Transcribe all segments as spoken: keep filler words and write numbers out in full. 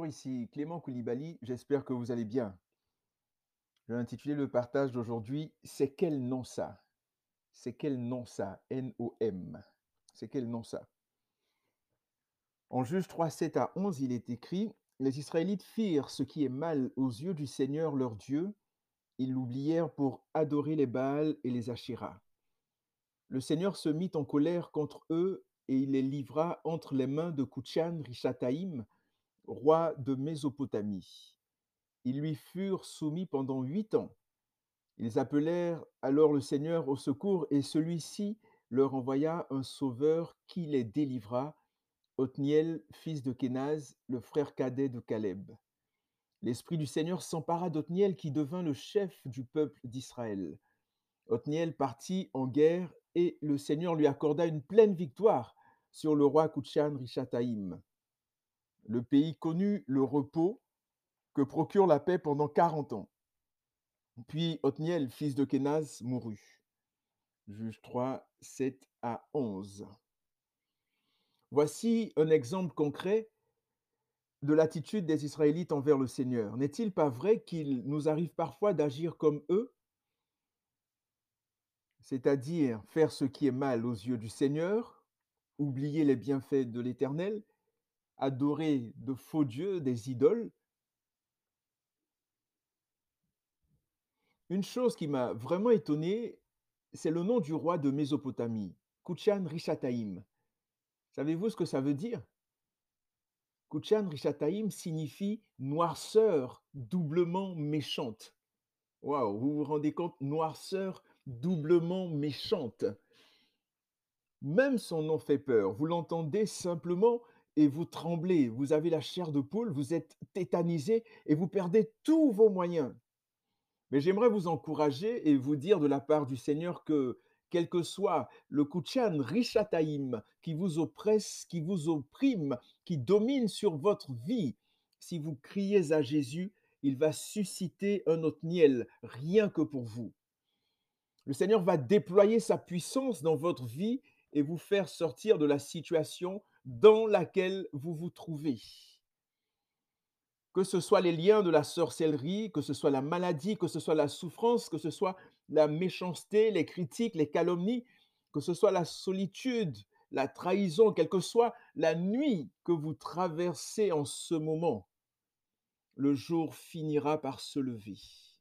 Bonjour, ici Clément Koulibaly, j'espère que vous allez bien. Je vais intituler le partage d'aujourd'hui C'est quel nom ça? C'est quel nom ça? N O M. C'est quel nom ça? En Juge trois, sept à onze, il est écrit Les Israélites firent ce qui est mal aux yeux du Seigneur leur Dieu, ils l'oublièrent pour adorer les Baals et les Ashéras. Le Seigneur se mit en colère contre eux et il les livra entre les mains de Kouchan Rishathaïm, roi de Mésopotamie. Ils lui furent soumis pendant huit ans. Ils appelèrent alors le Seigneur au secours et celui-ci leur envoya un sauveur qui les délivra, Othniel, fils de Kénaz, le frère cadet de Caleb. L'esprit du Seigneur s'empara d'Othniel qui devint le chef du peuple d'Israël. Othniel partit en guerre et le Seigneur lui accorda une pleine victoire sur le roi Kouchan Rishathaïm. Le pays connut le repos que procure la paix pendant quarante ans. Puis Othniel, fils de Kénaz, mourut. Juge trois, sept à onze. Voici un exemple concret de l'attitude des Israélites envers le Seigneur. N'est-il pas vrai qu'il nous arrive parfois d'agir comme eux, c'est-à-dire faire ce qui est mal aux yeux du Seigneur, oublier les bienfaits de l'Éternel, adorer de faux dieux, des idoles? Une chose qui m'a vraiment étonné, c'est le nom du roi de Mésopotamie, Kouchan Rishathaïm. Savez-vous ce que ça veut dire? Kouchan Rishathaïm signifie noirceur doublement méchante. Waouh, vous vous rendez compte? Noirceur doublement méchante. Même son nom fait peur. Vous l'entendez simplement et vous tremblez. Vous avez la chair de poule, vous êtes tétanisé et vous perdez tous vos moyens. Mais j'aimerais vous encourager et vous dire de la part du Seigneur que, quel que soit le Kouchan Rishathaïm qui vous oppresse, qui vous opprime, qui domine sur votre vie, si vous criez à Jésus, il va susciter un Othniel rien que pour vous. Le Seigneur va déployer sa puissance dans votre vie et vous faire sortir de la situation dans laquelle vous vous trouvez. Que ce soit les liens de la sorcellerie, que ce soit la maladie, que ce soit la souffrance, que ce soit la méchanceté, les critiques, les calomnies, que ce soit la solitude, la trahison, quelle que soit la nuit que vous traversez en ce moment, le jour finira par se lever.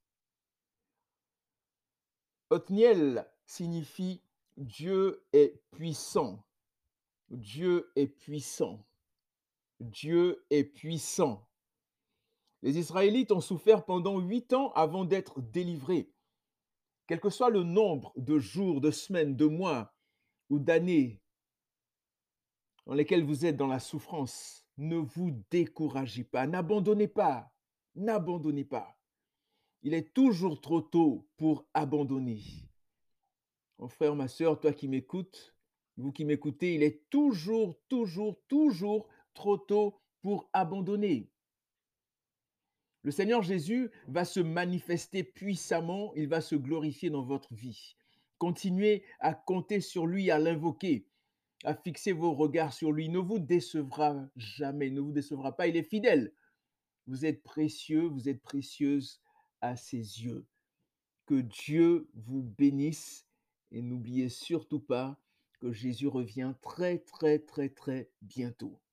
Othniel signifie Dieu est puissant. Dieu est puissant. Dieu est puissant. Les Israélites ont souffert pendant huit ans avant d'être délivrés. Quel que soit le nombre de jours, de semaines, de mois ou d'années dans lesquels vous êtes dans la souffrance, ne vous découragez pas, n'abandonnez pas, n'abandonnez pas. Il est toujours trop tôt pour abandonner. Mon frère, ma sœur, toi qui m'écoutes, vous qui m'écoutez, il est toujours, toujours, toujours trop tôt pour abandonner. Le Seigneur Jésus va se manifester puissamment, il va se glorifier dans votre vie. Continuez à compter sur lui, à l'invoquer, à fixer vos regards sur lui. Il ne vous décevra jamais, il ne vous décevra pas, il est fidèle. Vous êtes précieux, vous êtes précieuse à ses yeux. Que Dieu vous bénisse et n'oubliez surtout pas que Jésus revient très, très, très, très bientôt.